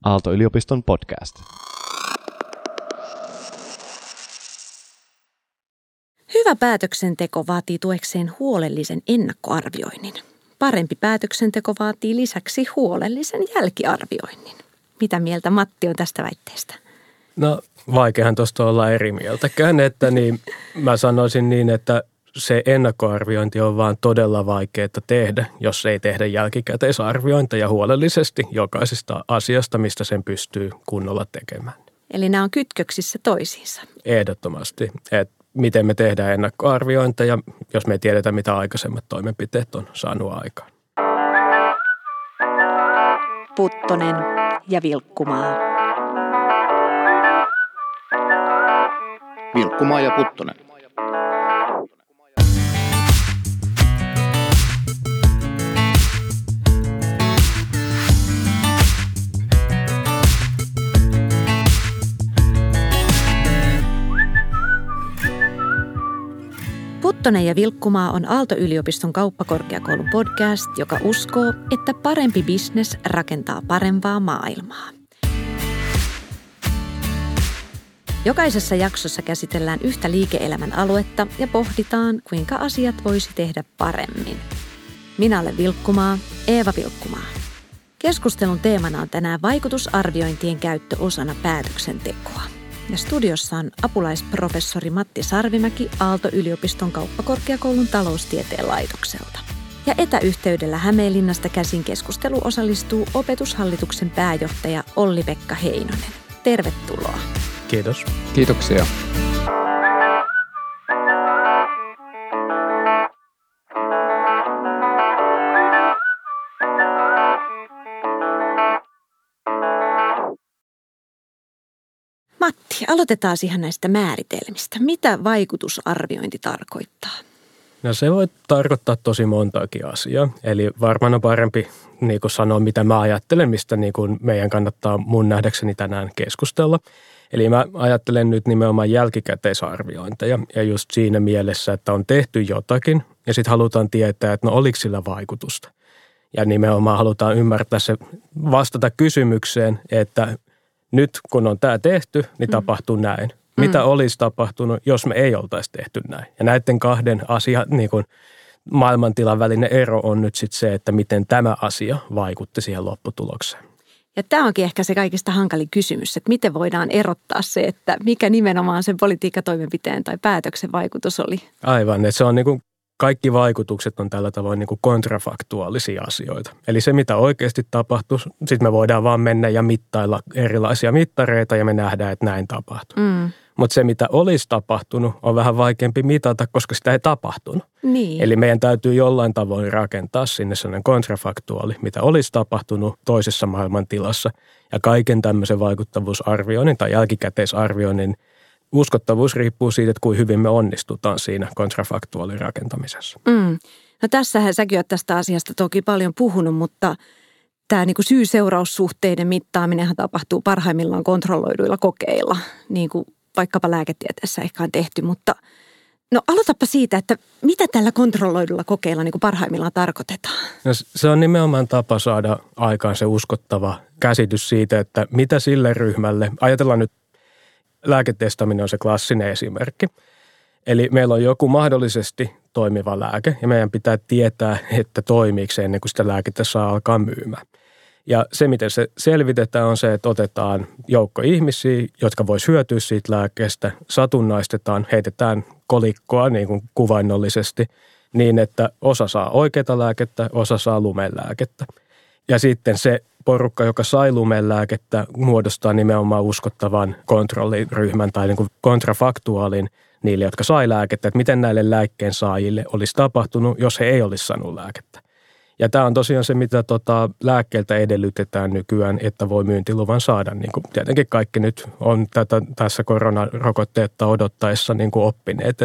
Aalto-yliopiston podcast. Hyvä päätöksenteko vaatii tuekseen huolellisen ennakkoarvioinnin. Parempi päätöksenteko vaatii lisäksi huolellisen jälkiarvioinnin. Mitä mieltä Matti on tästä väitteestä? No vaikeahan tuosta olla eri mieltäkään, että mä sanoisin niin, että se ennakkoarviointi on vaan todella vaikeaa tehdä, jos ei tehdä jälkikäteisarviointia huolellisesti jokaisesta asiasta, mistä sen pystyy kunnolla tekemään. Eli nämä on kytköksissä toisiinsa. Ehdottomasti, että miten me tehdään ennakkoarviointeja, jos me ei tiedetä, mitä aikaisemmat toimenpiteet on saanut aikaan. Puttonen ja Vilkkumaa. Vilkkumaa ja Puttonen. Puttonen ja Vilkkumaa on Aalto-yliopiston kauppakorkeakoulun podcast, joka uskoo, että parempi bisnes rakentaa parempaa maailmaa. Jokaisessa jaksossa käsitellään yhtä liike-elämän aluetta ja pohditaan, kuinka asiat voisi tehdä paremmin. Minä olen Vilkkumaa, Eeva Vilkkumaa. Keskustelun teemana on tänään vaikutusarviointien käyttö osana päätöksentekoa. Ja studiossa on apulaisprofessori Matti Sarvimäki Aalto-yliopiston kauppakorkeakoulun taloustieteen laitokselta. Ja etäyhteydellä Hämeenlinnasta käsin keskustelu osallistuu Opetushallituksen pääjohtaja Olli-Pekka Heinonen. Tervetuloa. Kiitos. Kiitoksia. Matti, aloitetaan ihan näistä määritelmistä. Mitä vaikutusarviointi tarkoittaa? No se voi tarkoittaa tosi montaakin asiaa. Eli varmaan on parempi sanoa, mitä mä ajattelen, mistä meidän kannattaa mun nähdäkseni tänään keskustella. Eli mä ajattelen nyt nimenomaan jälkikäteisarviointeja ja just siinä mielessä, että on tehty jotakin ja sitten halutaan tietää, että oliko sillä vaikutusta. Ja nimenomaan halutaan ymmärtää se, vastata kysymykseen, että nyt kun on tämä tehty, niin tapahtuu näin. Mitä olisi tapahtunut, jos me ei oltaisi tehty näin? Ja näiden kahden asian maailmantilan välinen ero on nyt sitten se, että miten tämä asia vaikutti siihen lopputulokseen. Ja tämä onkin ehkä se kaikista hankalin kysymys, että miten voidaan erottaa se, että mikä nimenomaan sen politiikkatoimenpiteen tai päätöksen vaikutus oli. Aivan, että se on kaikki vaikutukset on tällä tavoin kontrafaktuaalisia asioita. Eli se, mitä oikeasti tapahtuu, sitten me voidaan vaan mennä ja mittailla erilaisia mittareita ja me nähdään, että näin tapahtuu. Mutta se, mitä olisi tapahtunut, on vähän vaikeampi mitata, koska sitä ei tapahtunut. Niin. Eli meidän täytyy jollain tavoin rakentaa sinne sellainen kontrafaktuaali, mitä olisi tapahtunut toisessa maailmantilassa. Ja kaiken tämmöisen vaikuttavuusarvioinnin tai jälkikäteisarvioinnin uskottavuus riippuu siitä, että kuinka hyvin me onnistutaan siinä kontrafaktuaalin rakentamisessa. No tässähän säkin olet tästä asiasta toki paljon puhunut, mutta tämä syy-seuraussuhteiden mittaaminenhan tapahtuu parhaimmillaan kontrolloiduilla kokeilla, niin kuin vaikkapa lääketieteessä ehkä on tehty. Mutta no aloitapa siitä, että mitä tällä kontrolloidulla kokeilla parhaimmillaan tarkoitetaan? No, se on nimenomaan tapa saada aikaan se uskottava käsitys siitä, että mitä sille ryhmälle, ajatellaan nyt, lääketestaminen on se klassinen esimerkki. Eli meillä on joku mahdollisesti toimiva lääke ja meidän pitää tietää, että toimiiko se ennen kuin sitä lääkettä saa alkaa myymään. Ja se, miten se selvitetään, on se, että otetaan joukko ihmisiä, jotka vois hyötyä siitä lääkkeestä, satunnaistetaan, heitetään kolikkoa kuvainnollisesti niin, että osa saa oikeaa lääkettä, osa saa lumelääkettä. Ja sitten se porukka, joka sai lumelääkettä, muodostaa nimenomaan uskottavan kontrolliryhmän tai kontrafaktuaalin niille, jotka sai lääkettä, että miten näille lääkkeen saajille olisi tapahtunut, jos he ei olisi saanut lääkettä. Ja tämä on tosiaan se, mitä lääkkeeltä edellytetään nykyään, että voi myyntiluvan saada. Tietenkin kaikki nyt on tässä koronarokotteetta odottaessa oppineet,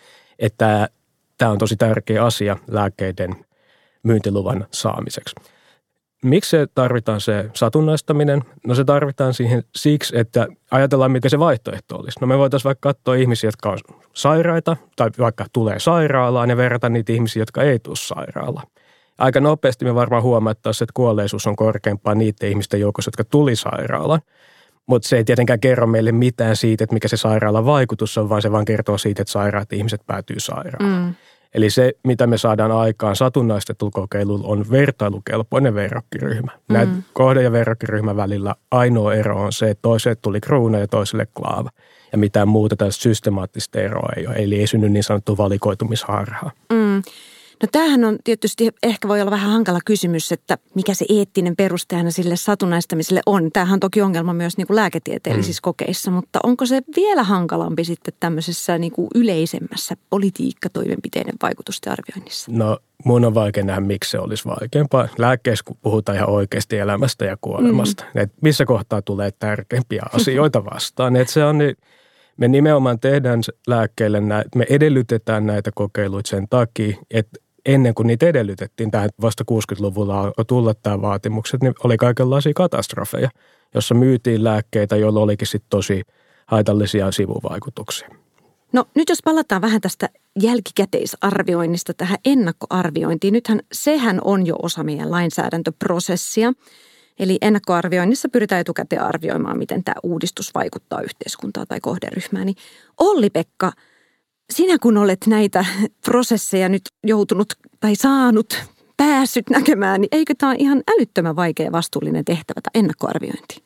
että tämä on tosi tärkeä asia lääkkeiden myyntiluvan saamiseksi. Miksi se tarvitaan se satunnaistaminen? No se tarvitaan siihen siksi, että ajatellaan, mikä se vaihtoehto olisi. No me voitaisiin vaikka katsoa ihmisiä, jotka on sairaita tai vaikka tulee sairaalaan ja verrata niitä ihmisiä, jotka ei tule sairaalaan. aika nopeasti me varmaan huomattaisiin, että kuolleisuus on korkeampaa niiden ihmisten joukossa, jotka tuli sairaalaan. Mutta se ei tietenkään kerro meille mitään siitä, että mikä se sairaalan vaikutus on, vaan se vaan kertoo siitä, että sairaat ihmiset päätyy sairaalaan. Eli se, mitä me saadaan aikaan satunnaistetulla kokeilulla, on vertailukelpoinen verrokkiryhmä. Näiden kohde- ja verrokkiryhmän välillä ainoa ero on se, että toiselle tuli kruuna ja toiselle klaava. Ja mitään muuta tästä systemaattista eroa ei ole. Eli ei synny niin sanottua valikoitumisharhaa. No tämähän on tietysti ehkä voi olla vähän hankala kysymys, että mikä se eettinen peruste aina sille satunnaistamiselle on. Tämähän on toki ongelma myös niin kuin lääketieteellisissä kokeissa, mutta onko se vielä hankalampi sitten tämmöisessä niin kuin yleisemmässä politiikkatoimenpiteiden vaikutusten arvioinnissa? No mun on vaikea nähdä, miksi se olisi vaikeampaa. Lääkkeissä kun puhutaan ihan oikeasti elämästä ja kuolemasta, että missä kohtaa tulee tärkeimpiä asioita vastaan. Että se on me nimenomaan tehdään lääkkeille, me edellytetään näitä kokeiluita sen takia, että ennen kuin niitä edellytettiin, tähän vasta 60-luvulla alkoi tulla tämä vaatimukset, niin oli kaikenlaisia katastrofeja, jossa myytiin lääkkeitä, joilla olikin sitten tosi haitallisia sivuvaikutuksia. No nyt jos palataan vähän tästä jälkikäteisarvioinnista tähän ennakkoarviointiin. Nythän sehän on jo osa meidän lainsäädäntöprosessia. Eli ennakkoarvioinnissa pyritään etukäteen arvioimaan, miten tämä uudistus vaikuttaa yhteiskuntaan tai kohderyhmään. Niin Olli-Pekka, sinä kun olet näitä prosesseja nyt joutunut tai päässyt näkemään, niin eikö tämä ole ihan älyttömän vaikea vastuullinen tehtävä tämä ennakkoarviointi?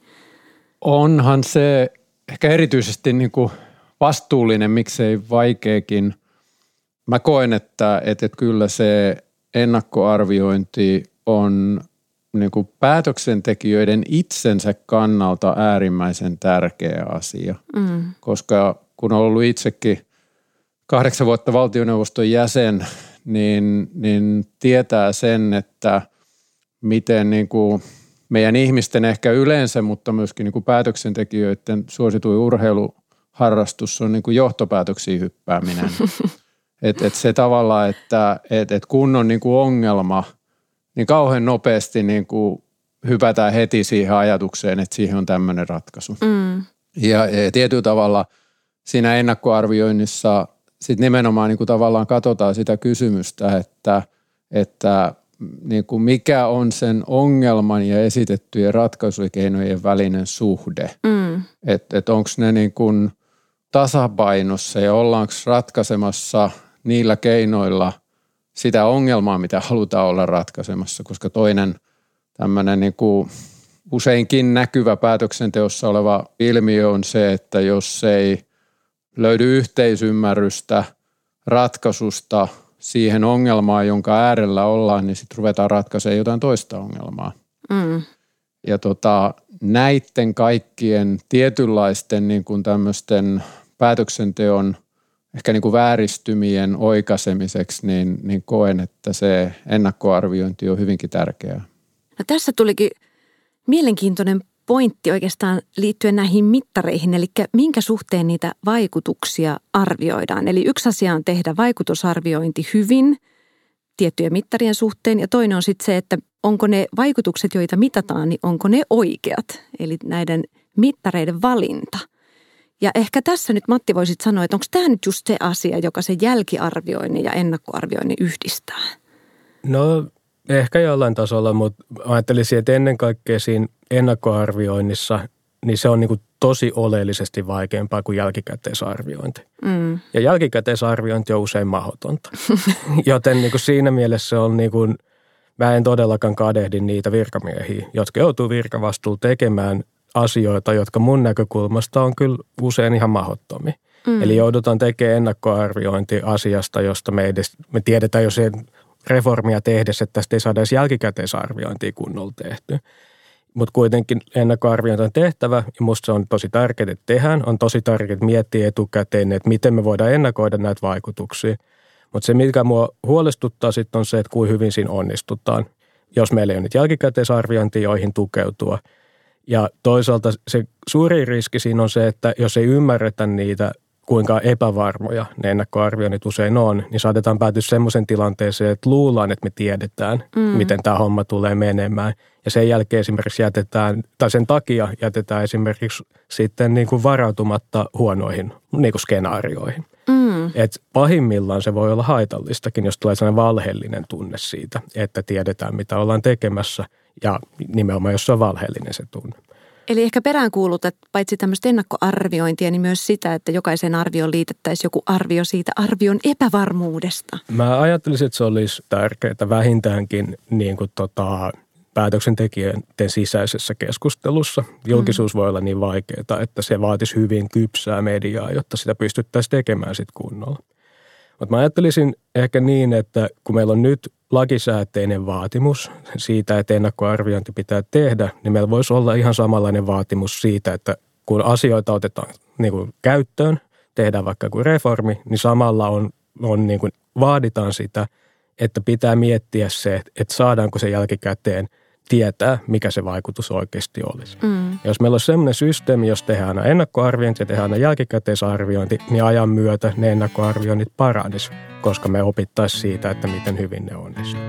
Onhan se ehkä erityisesti niin kuin vastuullinen, miksei vaikeakin. Mä koen, että kyllä se ennakkoarviointi on niin kuin päätöksentekijöiden itsensä kannalta äärimmäisen tärkeä asia, koska kun on ollut itsekin 8 vuotta valtioneuvoston jäsen, niin tietää sen, että miten niin kuin meidän ihmisten ehkä yleensä, mutta myöskin niin kuin päätöksentekijöiden suosituin urheiluharrastus on niin kuin johtopäätöksiin hyppääminen. Et se tavalla, että kun on niin kuin ongelma, niin kauhean nopeasti niin kuin hypätään heti siihen ajatukseen, että siihen on tämmöinen ratkaisu. Ja tietyllä tavalla siinä ennakkoarvioinnissa sitten nimenomaan niin kuin tavallaan katsotaan sitä kysymystä, että niin kuin mikä on sen ongelman ja esitettyjen ratkaisukeinojen välinen suhde. Että onko ne niin kuin tasapainossa ja ollaanko ratkaisemassa niillä keinoilla sitä ongelmaa, mitä halutaan olla ratkaisemassa, koska toinen tämmöinen niin kuin useinkin näkyvä päätöksenteossa oleva ilmiö on se, että jos ei löydy yhteisymmärrystä ratkaisusta siihen ongelmaan, jonka äärellä ollaan, niin sitten ruvetaan ratkaisemaan jotain toista ongelmaa. Ja näiden kaikkien tietynlaisten niin kuin tämmöisten päätöksenteon ehkä niin kuin vääristymien oikaisemiseksi, niin koen, että se ennakkoarviointi on hyvinkin tärkeää. No tässä tulikin mielenkiintoinen pointti oikeastaan liittyen näihin mittareihin, eli minkä suhteen niitä vaikutuksia arvioidaan. Eli yksi asia on tehdä vaikutusarviointi hyvin tiettyjen mittarien suhteen ja toinen on sitten se, että onko ne vaikutukset, joita mitataan, niin onko ne oikeat, eli näiden mittareiden valinta. Ja ehkä tässä nyt Matti voisit sanoa, että onko tämä nyt just se asia, joka se jälkiarvioinnin ja ennakkoarvioinnin yhdistää? No ehkä jollain tasolla, mutta ajattelisin, että ennen kaikkea siinä ennakkoarvioinnissa, niin se on niin kuin tosi oleellisesti vaikeampaa kuin jälkikäteisarviointi. Ja jälkikäteisarviointi on usein mahdotonta. Joten niin kuin siinä mielessä on niin kuin, mä en todellakaan kadehdi niitä virkamiehiä, jotka joutuu virkavastuulla tekemään asioita, jotka mun näkökulmasta on kyllä usein ihan mahdottomia. Eli joudutaan tekemään ennakkoarviointi asiasta, josta me tiedetään jo sen reformia tehdessä, että tästä ei saada edes jälkikäteisarviointia kunnolla tehty. Mutta kuitenkin ennakkoarviointi on tehtävä ja musta se on tosi tärkeää, että tehdään. On tosi tärkeää miettiä etukäteen, että miten me voidaan ennakoida näitä vaikutuksia. Mutta se, mikä mua huolestuttaa sitten on se, että kuinka hyvin siinä onnistutaan, jos meillä ei ole nyt jälkikäteisarviointia, joihin tukeutua. Ja toisaalta se suuri riski siinä on se, että jos ei ymmärretä niitä, kuinka epävarmoja ne ennakkoarvioinnit usein on, niin saatetaan päätyä semmoisen tilanteeseen, että luullaan, että me tiedetään, miten tämä homma tulee menemään. Ja sen jälkeen esimerkiksi sen takia jätetään esimerkiksi sitten niin kuin varautumatta huonoihin niin kuin skenaarioihin. Et pahimmillaan se voi olla haitallistakin, jos tulee sellainen valheellinen tunne siitä, että tiedetään mitä ollaan tekemässä ja nimenomaan jos se on valheellinen se tunne. Eli ehkä peräänkuulutat paitsi tämmöistä ennakkoarviointia, niin myös sitä, että jokaisen arvioon liitettäisiin joku arvio siitä arvion epävarmuudesta. Mä ajattelisin, että se olisi tärkeää vähintäänkin niin kuin päätöksentekijöiden sisäisessä keskustelussa. Julkisuus voi olla niin vaikeaa, että se vaatisi hyvin kypsää mediaa, jotta sitä pystyttäisiin tekemään sitten kunnolla. Mutta mä ajattelisin ehkä niin, että kun meillä on nyt lakisääteinen vaatimus siitä, että ennakkoarviointi pitää tehdä, niin meillä voisi olla ihan samanlainen vaatimus siitä, että kun asioita otetaan niin kuin käyttöön, tehdään vaikka joku reformi, niin samalla on niin kuin vaaditaan sitä, että pitää miettiä se, että saadaanko se jälkikäteen tietää, mikä se vaikutus oikeasti olisi. Jos meillä on sellainen systeemi, jos tehdään aina ennakkoarviointi ja tehdään aina jälkikäteisarviointi, niin ajan myötä ne ennakkoarvioinnit paranisi, koska me opittaisiin siitä, että miten hyvin ne onnistuu.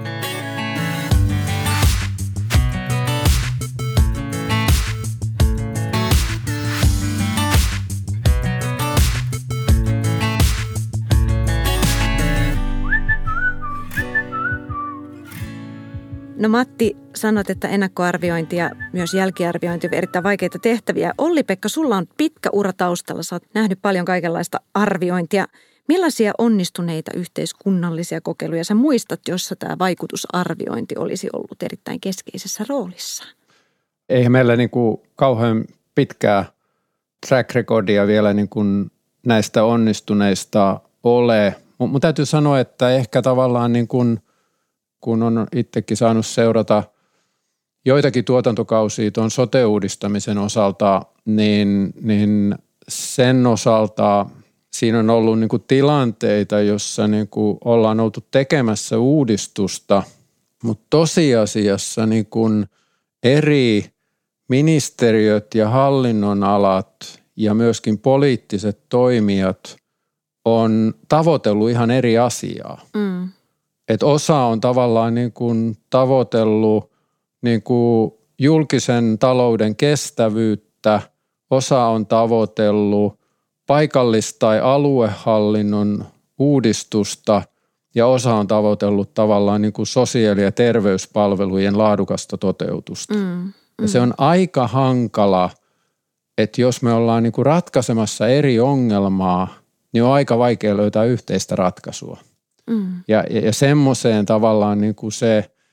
No Matti, sanot, että ennakkoarviointi ja myös jälkiarviointi on erittäin vaikeita tehtäviä. Olli-Pekka, sulla on pitkä ura taustalla. Sä oot nähnyt paljon kaikenlaista arviointia. Millaisia onnistuneita yhteiskunnallisia kokeiluja sä muistat, jossa tämä vaikutusarviointi olisi ollut erittäin keskeisessä roolissa? Eihän meillä niin kuin kauhean pitkää track recordia vielä niin kuin näistä onnistuneista ole. Mun täytyy sanoa, että ehkä tavallaan niin kuin kun on itsekin saanut seurata joitakin tuotantokausia tuon sote-uudistamisen osalta, niin sen osalta siinä on ollut niin kuin tilanteita, jossa niin kuin ollaan oltu tekemässä uudistusta, mutta tosiasiassa niin kuin eri ministeriöt ja hallinnonalat ja myöskin poliittiset toimijat on tavoitellut ihan eri asiaa. Että osa on tavallaan niin kuin tavoitellut niin kuin julkisen talouden kestävyyttä, osa on tavoitellut paikallis- tai aluehallinnon uudistusta ja osa on tavoitellut tavallaan niin kuin sosiaali- ja terveyspalvelujen laadukasta toteutusta. Ja se on aika hankala, että jos me ollaan niin kuin ratkaisemassa eri ongelmaa, niin on aika vaikea löytää yhteistä ratkaisua. Ja semmoiseen tavallaan niin kuin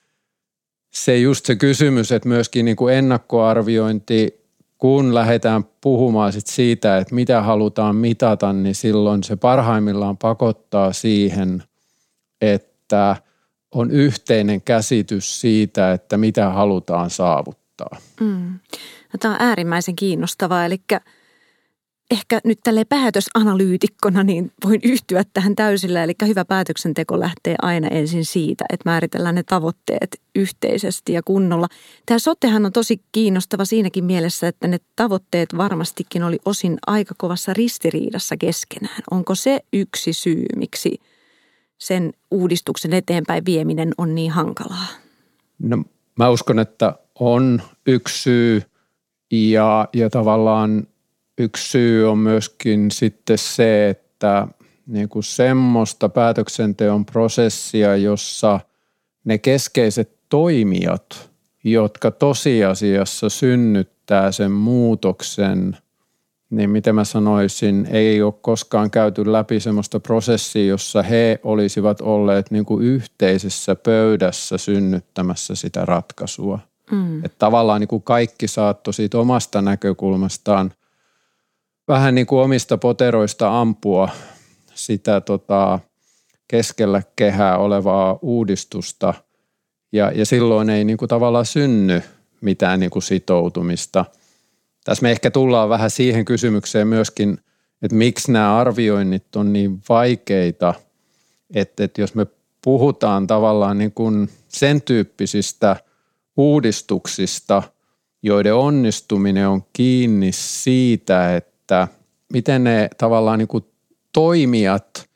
se just se kysymys, että myöskin niin kuin ennakkoarviointi, kun lähdetään puhumaan sit siitä, että mitä halutaan mitata, niin silloin se parhaimmillaan pakottaa siihen, että on yhteinen käsitys siitä, että mitä halutaan saavuttaa. No, tämä on äärimmäisen kiinnostavaa, eli ehkä nyt tälleen päätösanalyytikkona niin voin yhtyä tähän täysillä, eli hyvä päätöksenteko lähtee aina ensin siitä, että määritellään ne tavoitteet yhteisesti ja kunnolla. Tämä sotehan on tosi kiinnostava siinäkin mielessä, että ne tavoitteet varmastikin oli osin aika kovassa ristiriidassa keskenään. Onko se yksi syy, miksi sen uudistuksen eteenpäin vieminen on niin hankalaa? No mä uskon, että on yksi syy ja tavallaan yksi syy on myöskin sitten se, että niin kuin semmoista päätöksenteon prosessia, jossa ne keskeiset toimijat, jotka tosiasiassa synnyttää sen muutoksen, niin miten mä sanoisin, ei ole koskaan käyty läpi semmoista prosessia, jossa he olisivat olleet niin kuin yhteisessä pöydässä synnyttämässä sitä ratkaisua. Että tavallaan niin kuin kaikki saattoi siitä omasta näkökulmastaan vähän niin kuin omista poteroista ampua sitä keskellä kehää olevaa uudistusta ja silloin ei niin kuin tavallaan synny mitään niin kuin sitoutumista. Tässä me ehkä tullaan vähän siihen kysymykseen myöskin, että miksi nämä arvioinnit on niin vaikeita, että jos me puhutaan tavallaan niin kuin sen tyyppisistä uudistuksista, joiden onnistuminen on kiinni siitä, että miten ne tavallaan niin kuin toimijat,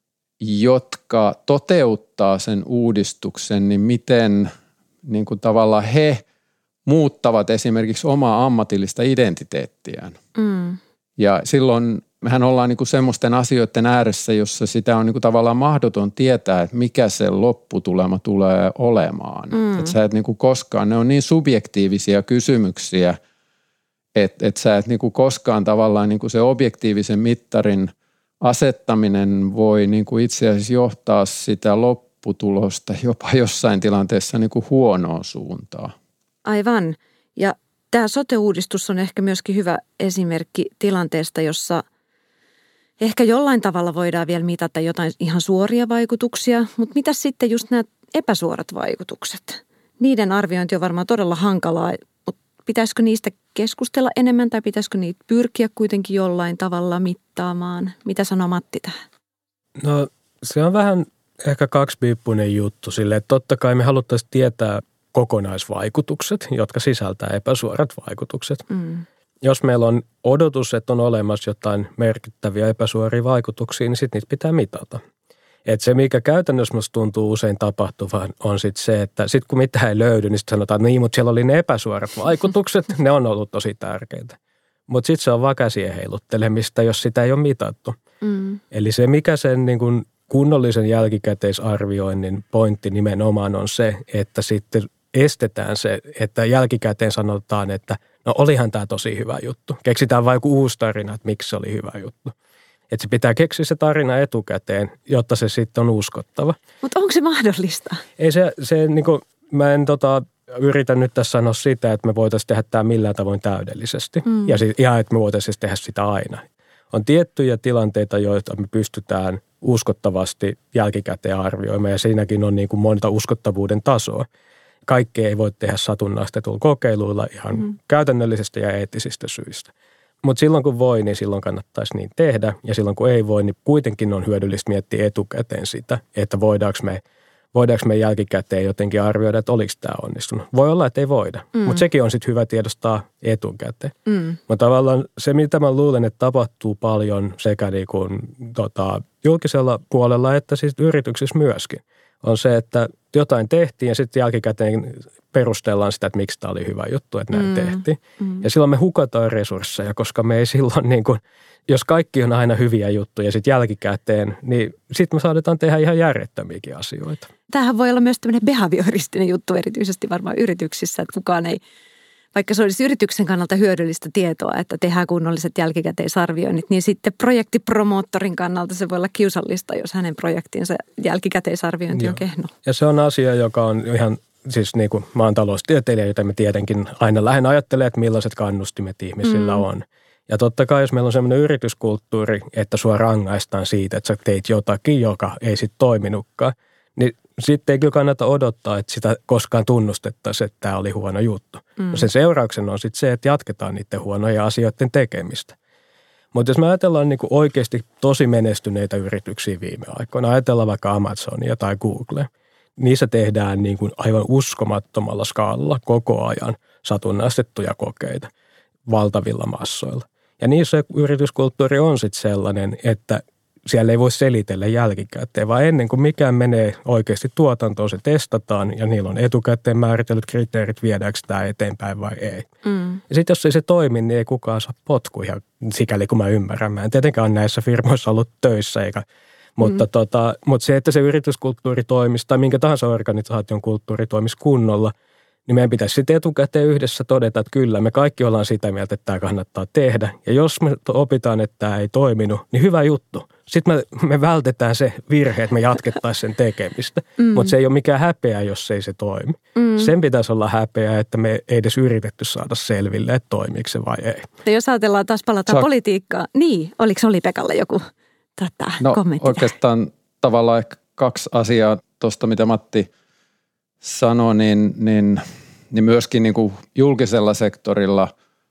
jotka toteuttaa sen uudistuksen, niin miten niin kuin tavallaan he muuttavat esimerkiksi omaa ammatillista identiteettiään. Ja silloin mehän ollaan niin kuin semmoisten asioiden ääressä, jossa sitä on niin kuin tavallaan mahdoton tietää, että mikä se lopputulema tulee olemaan. Että sä et niin kuin koskaan, ne on niin subjektiivisia kysymyksiä, että sä et niin kuin koskaan tavallaan niin kuin se objektiivisen mittarin asettaminen voi niin kuin itse asiassa johtaa sitä lopputulosta jopa jossain tilanteessa niin kuin huonoon suuntaan. Aivan. Ja tämä sote-uudistus on ehkä myöskin hyvä esimerkki tilanteesta, jossa ehkä jollain tavalla voidaan vielä mitata jotain ihan suoria vaikutuksia, mutta mitä sitten just nämä epäsuorat vaikutukset? Niiden arviointi on varmaan todella hankalaa, mutta pitäisikö niistä keskustella enemmän tai pitäisikö niitä pyrkiä kuitenkin jollain tavalla mittaamaan? Mitä sanoo Matti tähän? No se on vähän ehkä kaksipiippunen juttu sille, että totta kai me haluttaisiin tietää kokonaisvaikutukset, jotka sisältää epäsuorat vaikutukset. Jos meillä on odotus, että on olemassa jotain merkittäviä epäsuoria vaikutuksia, niin sitten niitä pitää mitata. Että se, mikä käytännössä musta tuntuu usein tapahtuvan, on sitten se, että sitten kun mitään ei löydy, niin sitten sanotaan, että niin, mutta siellä oli ne epäsuorat vaikutukset, ne on ollut tosi tärkeitä. Mutta sitten se on vaan käsien heiluttelemista, jos sitä ei ole mitattu. Eli se, mikä sen niin kun kunnollisen jälkikäteisarvioinnin pointti nimenomaan on se, että sitten estetään se, että jälkikäteen sanotaan, että no olihan tämä tosi hyvä juttu. Keksitään vain joku uusi tarina, että miksi se oli hyvä juttu. Että se pitää keksiä se tarina etukäteen, jotta se sitten on uskottava. Mutta onko se mahdollista? Ei se niin kuin, mä en yritä nyt tässä sanoa sitä, että me voitaisiin tehdä tämä millään tavoin täydellisesti. Ja että me voitaisiin tehdä sitä aina. On tiettyjä tilanteita, joita me pystytään uskottavasti jälkikäteen arvioimaan ja siinäkin on niin kuin monta uskottavuuden tasoa. Kaikkea ei voi tehdä satunnaistetulla kokeiluilla ihan käytännöllisistä ja eettisistä syistä. Mutta silloin kun voi, niin silloin kannattaisi niin tehdä. Ja silloin kun ei voi, niin kuitenkin on hyödyllistä miettiä etukäteen sitä, että voidaanko me jälkikäteen jotenkin arvioida, että oliko tämä onnistunut. Voi olla, että ei voida, mutta sekin on sitten hyvä tiedostaa etukäteen. Mutta tavallaan se, mitä mä luulen, että tapahtuu paljon sekä niin kuin, julkisella puolella että siis yrityksissä myöskin, on se, että jotain tehtiin ja sitten jälkikäteen perustellaan sitä, että miksi tämä oli hyvä juttu, että näin tehtiin. Ja silloin me hukataan resursseja, koska me ei silloin niin kuin, jos kaikki on aina hyviä juttuja sitten jälkikäteen, niin sitten me saadetaan tehdä ihan järjettömiäkin asioita. Tämähän voi olla myös tämmöinen behavioristinen juttu, erityisesti varmaan yrityksissä, että kukaan ei, vaikka se olisi yrityksen kannalta hyödyllistä tietoa, että tehdään kunnolliset jälkikäteisarvioinnit, niin sitten projektipromoottorin kannalta se voi olla kiusallista, jos hänen projektinsa jälkikäteisarviointi on kehno. Ja se on asia, joka on ihan, siis niin kuin mä oon taloustieteilijä, jota me tietenkin aina lähden ajattelemaan, että millaiset kannustimet ihmisillä on. Ja totta kai, jos meillä on sellainen yrityskulttuuri, että sua rangaistaan siitä, että sä teit jotakin, joka ei sitten toiminutkaan, niin sitten ei kyllä kannata odottaa, että sitä koskaan tunnustettaisiin, että tämä oli huono juttu. No sen seurauksena on sitten se, että jatketaan niiden huonoja asioiden tekemistä. Mutta jos me ajatellaan niin kuin oikeasti tosi menestyneitä yrityksiä viime aikoina, ajatellaan vaikka Amazonia tai Google, niissä tehdään niin kuin aivan uskomattomalla skaalalla koko ajan satunnaistettuja kokeita valtavilla massoilla. Ja niissä yrityskulttuuri on sitten sellainen, että siellä ei voi selitellä jälkikäteen, vaan ennen kuin mikään menee oikeasti tuotantoon, se testataan ja niillä on etukäteen määritellyt kriteerit, viedäänkö tämä eteenpäin vai ei. Ja sitten jos ei se toimi, niin ei kukaan saa potku ihan sikäli kun mä ymmärrän. Mä en tietenkään ole näissä firmoissa ollut töissä, mutta se, että se yrityskulttuuri toimisi tai minkä tahansa organisaation kulttuuri toimisi kunnolla, niin meidän pitäisi sitten etukäteen yhdessä todeta, että kyllä, me kaikki ollaan sitä mieltä, että tämä kannattaa tehdä. Ja jos me opitaan, että tämä ei toiminut, niin hyvä juttu. Sitten me vältetään se virhe, että me jatkettaisiin sen tekemistä. Mutta se ei ole mikään häpeä, jos ei se toimi. Sen pitäisi olla häpeä, että me ei edes yritetty saada selville, että toimiiko se vai ei. Ja jos ajatellaan taas palataan politiikkaan, niin oliko Olli-Pekalla joku kommentti? Oikeastaan tavallaan ehkä kaksi asiaa tuosta, mitä Matti sanoi, niin myöskin niin kuin julkisella sektorilla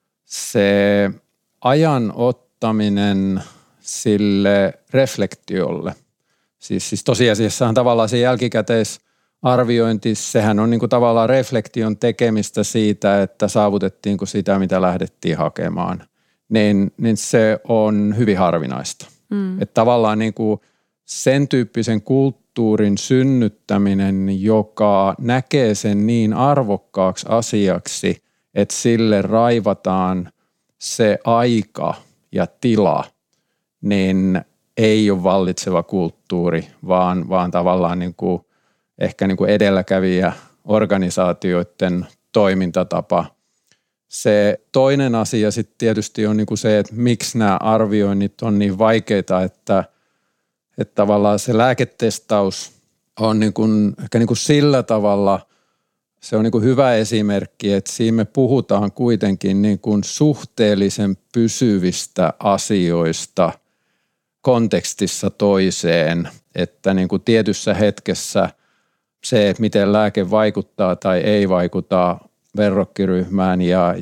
se ajan ottaminen sille reflektiolle. Siis tosiasiassahan tavallaan se jälkikäteisarviointi, sehän on niin kuin tavallaan reflektion tekemistä siitä, että saavutettiinko sitä, mitä lähdettiin hakemaan. Niin se on hyvin harvinaista. Että tavallaan niin kuin sen tyyppisen kulttuurin synnyttäminen, joka näkee sen niin arvokkaaksi asiaksi, että sille raivataan se aika ja tila, niin ei ole vallitseva kulttuuri, vaan tavallaan niin kuin, ehkä niin kuin edelläkävijä organisaatioiden toimintatapa. Se toinen asia sitten tietysti on niin kuin se, että miksi nämä arvioinnit on niin vaikeita, että tavallaan se lääketestaus on niin kuin, ehkä niin kuin sillä tavalla, se on niin kuin hyvä esimerkki, että siinä me puhutaan kuitenkin niin kuin suhteellisen pysyvistä asioista kontekstissa toiseen, että niin kuin tietyssä hetkessä se, että miten lääke vaikuttaa tai ei vaikuta verrokkiryhmään ja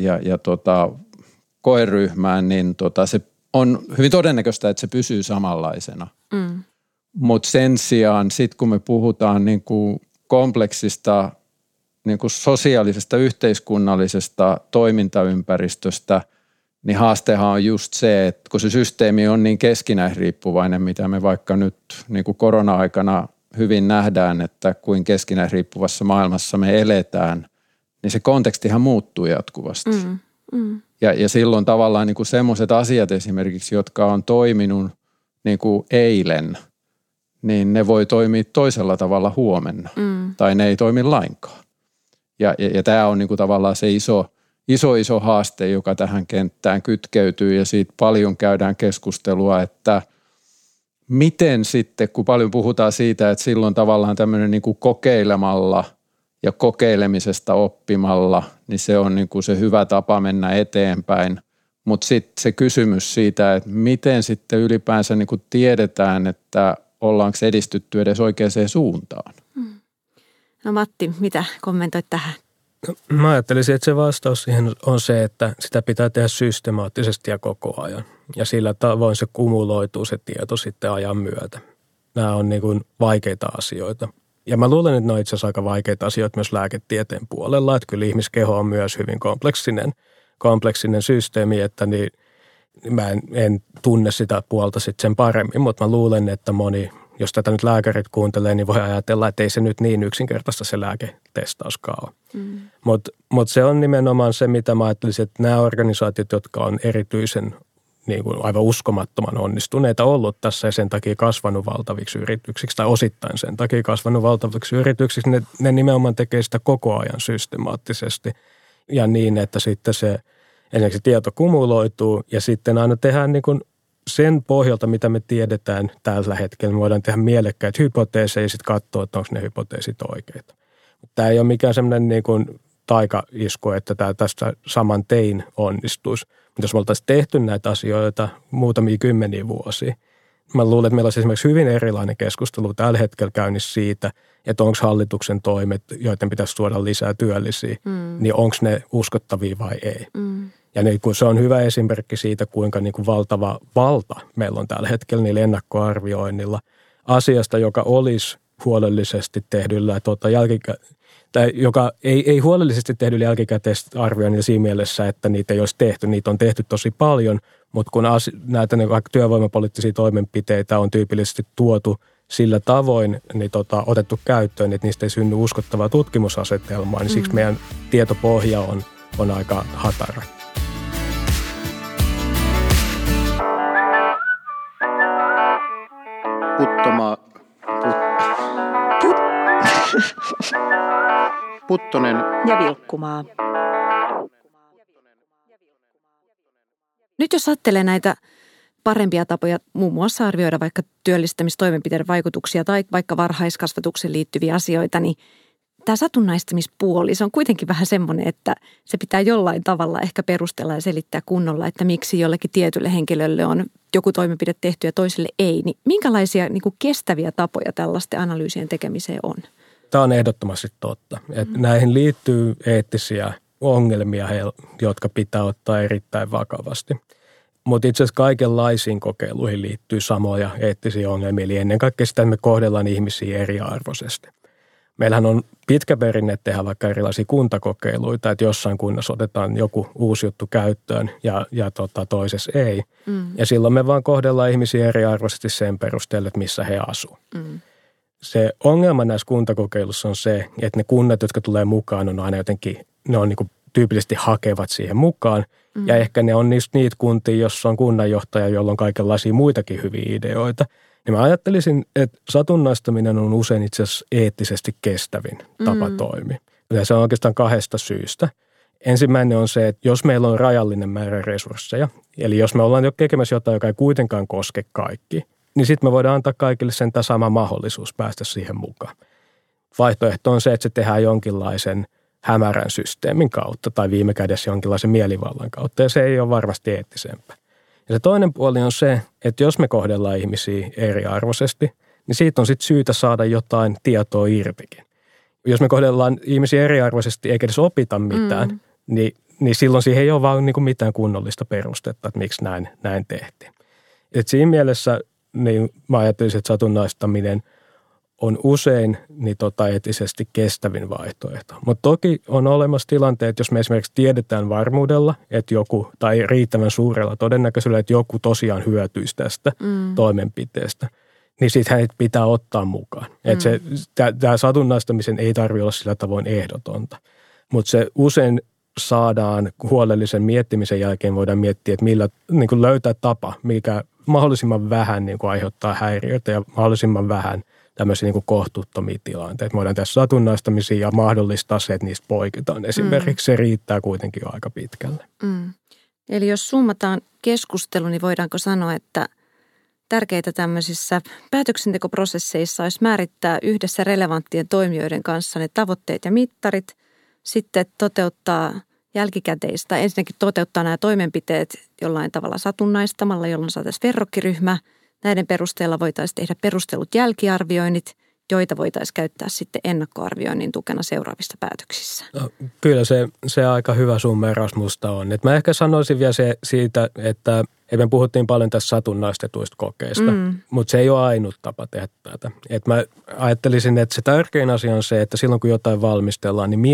koeryhmään, niin se on hyvin todennäköistä, että se pysyy samanlaisena. Mutta sen sijaan sitten kun me puhutaan niin kuin kompleksista niin kuin sosiaalisesta yhteiskunnallisesta toimintaympäristöstä, niin haastehan on just se, että kun se systeemi on niin keskinäisriippuvainen, mitä me vaikka nyt niin kuin korona-aikana hyvin nähdään, että kuin keskinäisriippuvassa maailmassa me eletään, niin se kontekstihan muuttuu jatkuvasti. Ja silloin tavallaan niin kuin semmoiset asiat esimerkiksi, jotka on toiminut niin kuin eilen, niin ne voi toimia toisella tavalla huomenna. Tai ne ei toimi lainkaan. Ja tämä on niin kuin tavallaan se iso haaste, joka tähän kenttään kytkeytyy ja siitä paljon käydään keskustelua, että miten sitten, kun paljon puhutaan siitä, että silloin tavallaan tämmöinen niin kuin kokeilemalla ja kokeilemisesta oppimalla, niin se on niin kuin se hyvä tapa mennä eteenpäin. Mutta sitten se kysymys siitä, että miten sitten ylipäänsä niin kuin tiedetään, että ollaanko edistytty edes oikeaan suuntaan. No Matti, mitä kommentoit tähän? Mä ajattelisin, että se vastaus siihen on se, että sitä pitää tehdä systemaattisesti ja koko ajan. Ja sillä tavoin se kumuloituu se tieto sitten ajan myötä. Nämä on niin kuin vaikeita asioita. Ja mä luulen, että ne on itse asiassa aika vaikeita asioita myös lääketieteen puolella. Että kyllä ihmiskeho on myös hyvin kompleksinen systeemi, että niin mä en tunne sitä puolta sitten sen paremmin. Mutta mä luulen, että moni, jos tätä nyt lääkärit kuuntelee, niin voi ajatella, että ei se nyt niin yksinkertaista se lääketestauskaan ole. Mutta se on nimenomaan se, mitä mä ajattelisin, että nämä organisaatiot, jotka on erityisen niin kuin aivan uskomattoman onnistuneita ollut tässä ja sen takia kasvanut valtaviksi yrityksiksi tai osittain sen takia kasvanut valtaviksi yrityksiksi, ne nimenomaan tekee sitä koko ajan systemaattisesti ja niin, että sitten se ensinnäkin tieto kumuloituu ja sitten aina tehdään niin kuin sen pohjalta, mitä me tiedetään tällä hetkellä, me voidaan tehdä mielekkäitä hypoteeseja ja sitten katsoa, että onko ne hypoteesit oikeita. Tämä ei ole mikään sellainen niin kuin taikaisku, että tämä tästä saman tein onnistuisi. Mutta jos me oltaisiin tehty näitä asioita muutamia kymmeniä vuosia, mä luulen, että meillä olisi esimerkiksi hyvin erilainen keskustelu tällä hetkellä käynnissä siitä, että onko hallituksen toimet, joiden pitäisi tuoda lisää työllisiä, niin onko ne uskottavia vai ei. Ja niin kun se on hyvä esimerkki siitä, kuinka niin kuin valtava valta meillä on tällä hetkellä niillä ennakkoarvioinnilla asiasta, joka olisi huolellisesti tehdyllä tai joka ei huolellisesti tehdyllä jälkikäteisarvioinnilla siinä mielessä, että niitä ei olisi tehty. Niitä on tehty tosi paljon, mutta kun näitä vaikka työvoimapoliittisia toimenpiteitä on tyypillisesti tuotu sillä tavoin niin otettu käyttöön, että niistä ei synny uskottavaa tutkimusasetelmaa, niin siksi meidän tietopohja on aika hatara. Puttonen ja Vilkkumaa. Nyt jos ajattelee näitä parempia tapoja muun muassa arvioida vaikka työllistämistoimenpiteiden vaikutuksia tai vaikka varhaiskasvatukseen liittyviä asioita, niin tämä satunnaistamispuoli, se on kuitenkin vähän semmoinen, että se pitää jollain tavalla ehkä perustella ja selittää kunnolla, että miksi jollekin tietylle henkilölle on joku toimenpide tehty ja toiselle ei. Niin minkälaisia niin kuin kestäviä tapoja tällaisten analyysien tekemiseen on? Tämä on ehdottomasti totta. Että näihin liittyy eettisiä ongelmia, jotka pitää ottaa erittäin vakavasti. Mutta itse asiassa kaikenlaisiin kokeiluihin liittyy samoja eettisiä ongelmia, eli ennen kaikkea sitä, että me kohdellaan ihmisiä eriarvoisesti. Meillähän on pitkä perinne tehdä vaikka erilaisia kuntakokeiluita, että jossain kunnassa otetaan joku uusi juttu käyttöön ja toisessa ei. Ja silloin me vaan kohdellaan ihmisiä eriarvoisesti sen perusteella, että missä he asuu. Se ongelma näissä kuntakokeilussa on se, että ne kunnat, jotka tulee mukaan, on aina jotenkin, ne on niin kuin tyypillisesti hakevat siihen mukaan. Ja ehkä ne on niitä kuntia, jossa on kunnanjohtaja, jolla on kaikenlaisia muitakin hyviä ideoita. Ja mä ajattelisin, että satunnaistaminen on usein itse asiassa eettisesti kestävin tapa toimia. Ja se on oikeastaan 2 syystä. Ensimmäinen on se, että jos meillä on rajallinen määrä resursseja, eli jos me ollaan jo tekemässä jotain, joka ei kuitenkaan koske kaikki, niin sitten me voidaan antaa kaikille sen sama mahdollisuus päästä siihen mukaan. Vaihtoehto on se, että se tehdään jonkinlaisen hämärän systeemin kautta tai viime kädessä jonkinlaisen mielivallan kautta, ja se ei ole varmasti eettisempää. Ja se toinen puoli on se, että jos me kohdellaan ihmisiä eriarvoisesti, niin siitä on sitten syytä saada jotain tietoa irtikin. Jos me kohdellaan ihmisiä eriarvoisesti eikä edes opita mitään, niin silloin siihen ei ole vaan niin kuin mitään kunnollista perustetta, että miksi näin tehtiin. Et siinä mielessä niin mä ajattelisin, että satunnaistaminen on usein niin eettisesti kestävin vaihtoehto. Mutta toki on olemassa tilanteet, jos me esimerkiksi tiedetään varmuudella, että joku, tai riittävän suurella todennäköisyydellä, että joku tosiaan hyötyisi tästä toimenpiteestä, niin siitä hänet pitää ottaa mukaan. Että tämä satunnaistamisen ei tarvitse olla sillä tavoin ehdotonta. Mutta se usein saadaan huolellisen miettimisen jälkeen, voidaan miettiä, että millä niin kuin löytää tapa, mikä mahdollisimman vähän niin kuin aiheuttaa häiriöitä ja mahdollisimman vähän tämmöisiä niin kuin kohtuuttomia tilanteita. Me voidaan tehdä satunnaistamisia ja mahdollistaa se, että niistä poiketaan. Esimerkiksi se riittää kuitenkin aika pitkälle. Eli jos summataan keskustelu, niin voidaanko sanoa, että tärkeitä tämmöisissä päätöksentekoprosesseissa olisi määrittää yhdessä relevanttien toimijoiden kanssa ne tavoitteet ja mittarit, sitten toteuttaa jälkikäteistä, ensinnäkin toteuttaa nämä toimenpiteet jollain tavalla satunnaistamalla, jolloin saataisiin verrokkiryhmä. Näiden perusteella voitaisiin tehdä perustelut jälkiarvioinnit, joita voitaisiin käyttää sitten ennakkoarvioinnin tukena seuraavissa päätöksissä. No, kyllä se aika hyvä summeraus musta on. Et mä ehkä sanoisin vielä siitä, että me puhuttiin paljon tässä satunnaistetuista kokeista, mutta se ei ole ainut tapa tehdä tätä. Et mä ajattelisin, että se tärkein asia on se, että silloin kun jotain valmistellaan, niin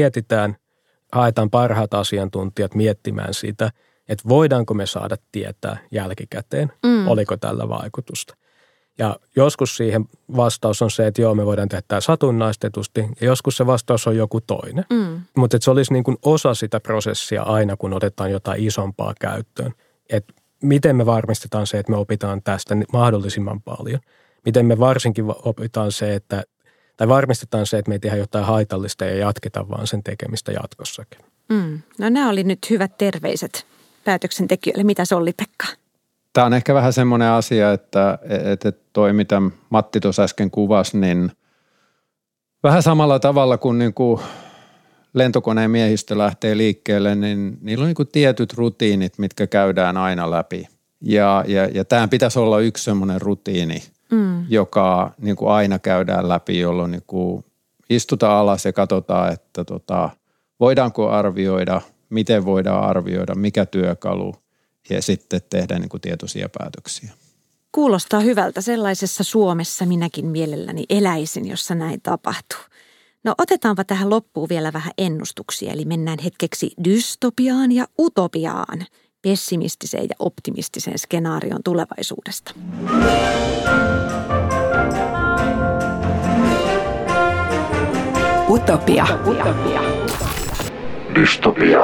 haetaan parhaat asiantuntijat miettimään sitä, että voidaanko me saada tietää jälkikäteen, oliko tällä vaikutusta. Ja joskus siihen vastaus on se, että joo, me voidaan tehdä tämä satunnaistetusti, ja joskus se vastaus on joku toinen. Mutta se olisi niin kuin osa sitä prosessia aina, kun otetaan jotain isompaa käyttöön. Että miten me varmistetaan se, että me opitaan tästä mahdollisimman paljon. Miten me varsinkin opitaan se, varmistetaan se, että me ei tehdä jotain haitallista ja jatketa vaan sen tekemistä jatkossakin. No nämä oli nyt hyvät terveiset päätöksentekijöille. Mitä se oli, Pekka? Tämä on ehkä vähän semmoinen asia, että toi mitä Matti tuossa äsken kuvasi, niin vähän samalla tavalla kuin niinku lentokoneen miehistö lähtee liikkeelle, niin niillä on niinku tietyt rutiinit, mitkä käydään aina läpi. Ja tämä pitäisi olla yksi semmoinen rutiini, joka niinku aina käydään läpi, jolloin niinku istutaan alas ja katsotaan, että voidaanko arvioida, miten voidaan arvioida, mikä työkalu ja sitten tehdä niin kuin tietoisia päätöksiä. Kuulostaa hyvältä. Sellaisessa Suomessa minäkin mielelläni eläisin, jossa näin tapahtuu. No otetaanpa tähän loppuun vielä vähän ennustuksia, eli mennään hetkeksi dystopiaan ja utopiaan, pessimistiseen ja optimistiseen skenaarioon tulevaisuudesta. Utopia. Dystopia.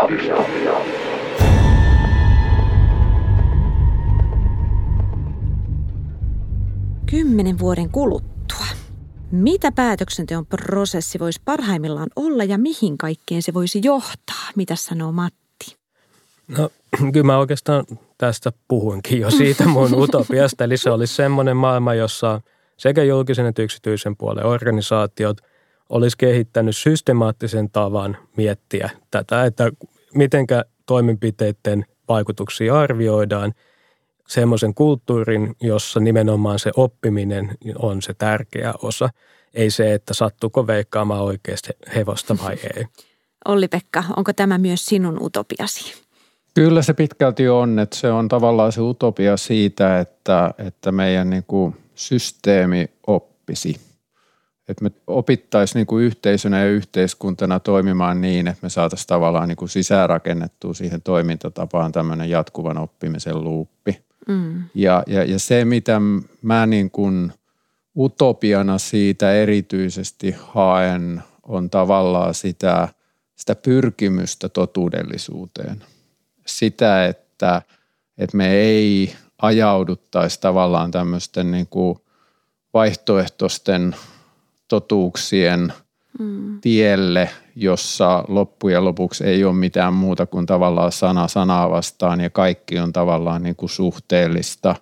10 vuoden kuluttua. Mitä päätöksenteon prosessi voisi parhaimmillaan olla ja mihin kaikkeen se voisi johtaa? Mitä sanoo Matti? No kyllä mä oikeastaan tästä puhuinkin jo siitä mun utopiasta. Eli se olisi semmoinen maailma, jossa sekä julkisen että yksityisen puolen organisaatiot olisi kehittänyt systemaattisen tavan miettiä tätä, että mitenkä toimenpiteiden vaikutuksia arvioidaan, semmoisen kulttuurin, jossa nimenomaan se oppiminen on se tärkeä osa. Ei se, että sattuuko veikkaamaan oikeasti hevosta vai ei. Olli-Pekka, onko tämä myös sinun utopiasi? Kyllä se pitkälti on, että se on tavallaan se utopia siitä, että meidän niin kuin systeemi oppisi. Että me opittaisiin niin kuin yhteisönä ja yhteiskuntana toimimaan niin, että me saataisiin tavallaan niin kuin sisäänrakennettua siihen toimintatapaan tämmöinen jatkuvan oppimisen luuppi. Ja se, mitä mä niin kuin utopiana siitä erityisesti haen, on tavallaan sitä pyrkimystä totuudellisuuteen. Sitä, että me ei ajauduttaisi tavallaan tämmöisten niin kuin vaihtoehtoisten totuuksien tielle, jossa loppujen lopuksi ei ole mitään muuta kuin tavallaan sana sanaa vastaan ja kaikki on tavallaan niin kuin suhteellista,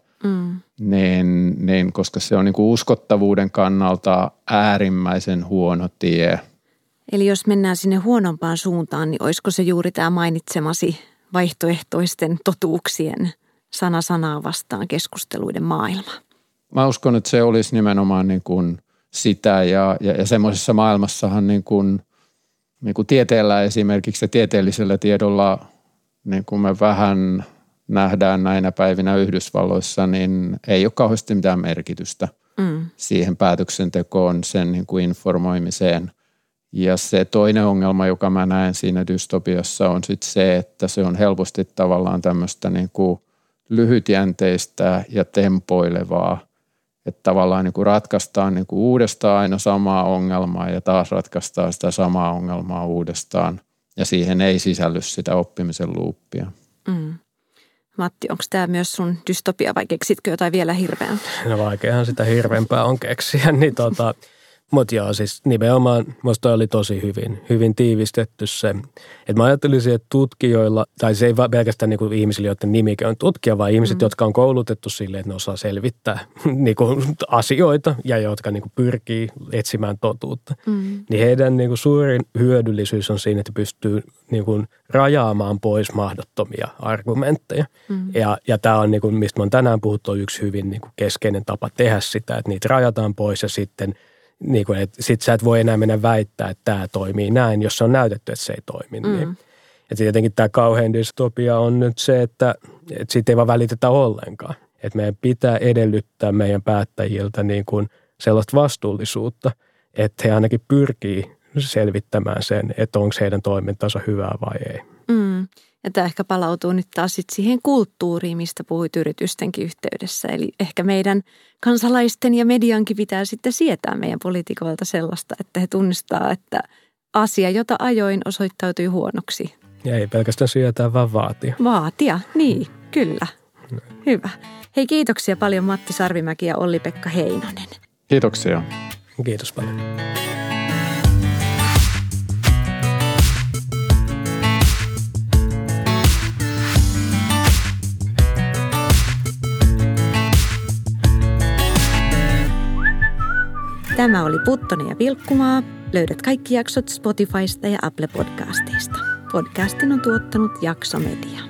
koska se on niin kuin uskottavuuden kannalta äärimmäisen huono tie. Eli jos mennään sinne huonompaan suuntaan, niin olisiko se juuri tämä mainitsemasi vaihtoehtoisten totuuksien sana sanaa vastaan keskusteluiden maailma? Mä uskon, että se olisi nimenomaan niin kuin sitä ja semmoisessa maailmassahan niin kuin tieteellä esimerkiksi ja tieteellisellä tiedolla, niin kuin me vähän nähdään näinä päivinä Yhdysvalloissa, niin ei ole kauheasti mitään merkitystä siihen päätöksentekoon, sen niin kuin informoimiseen. Ja se toinen ongelma, joka mä näen siinä dystopiassa, on sitten se, että se on helposti tavallaan tämmöistä niin kuin lyhytjänteistä ja tempoilevaa. Että tavallaan niin kuin ratkaistaan niin kuin uudestaan aina samaa ongelmaa ja taas ratkaistaan sitä samaa ongelmaa uudestaan. Ja siihen ei sisälly sitä oppimisen luuppia. Matti, onko tämä myös sun dystopia vai keksitkö jotain vielä hirveämpää? No vaikeahan sitä hirveämpää on keksiä, niin mutta joo, siis nimenomaan musta oli tosi hyvin tiivistetty se. Että mä ajattelisin, että tutkijoilla, tai se ei pelkästään niinku ihmisille, joiden nimikin on tutkija, vaan ihmiset, jotka on koulutettu silleen, että ne osaa selvittää niinku asioita ja jotka niinku pyrkii etsimään totuutta. Niin heidän niinku suurin hyödyllisyys on siinä, että pystyy niinku rajaamaan pois mahdottomia argumentteja. Ja tämä on, niinku, mistä mä oon tänään puhuttu, on yksi hyvin niinku keskeinen tapa tehdä sitä, että niitä rajataan pois ja sitten niin kuin, että sit sä et voi enää mennä väittää, että tämä toimii näin, jos se on näytetty, että se ei toimi. Niin. Ja tietenkin tämä kauhean dystopia on nyt se, että siitä ei vaan välitetä ollenkaan. Että meidän pitää edellyttää meidän päättäjiltä niin kuin sellaista vastuullisuutta, että he ainakin pyrkii selvittämään sen, että onko heidän toimintansa hyvää vai ei. Ja tämä ehkä palautuu nyt taas sit siihen kulttuuriin, mistä puhuit yritystenkin yhteydessä. Eli ehkä meidän kansalaisten ja mediankin pitää sitten sietää meidän poliitikoilta sellaista, että he tunnistaa, että asia, jota ajoin, osoittautui huonoksi. Ja ei pelkästään sietää, vaan vaatia. Vaatia, niin, kyllä. Hyvä. Hei, kiitoksia paljon Matti Sarvimäki ja Olli-Pekka Heinonen. Kiitoksia. Kiitos paljon. Tämä oli Puttonen ja Vilkkumaa. Löydät kaikki jaksot Spotifysta ja Apple Podcasteista. Podcastin on tuottanut Jakso Media.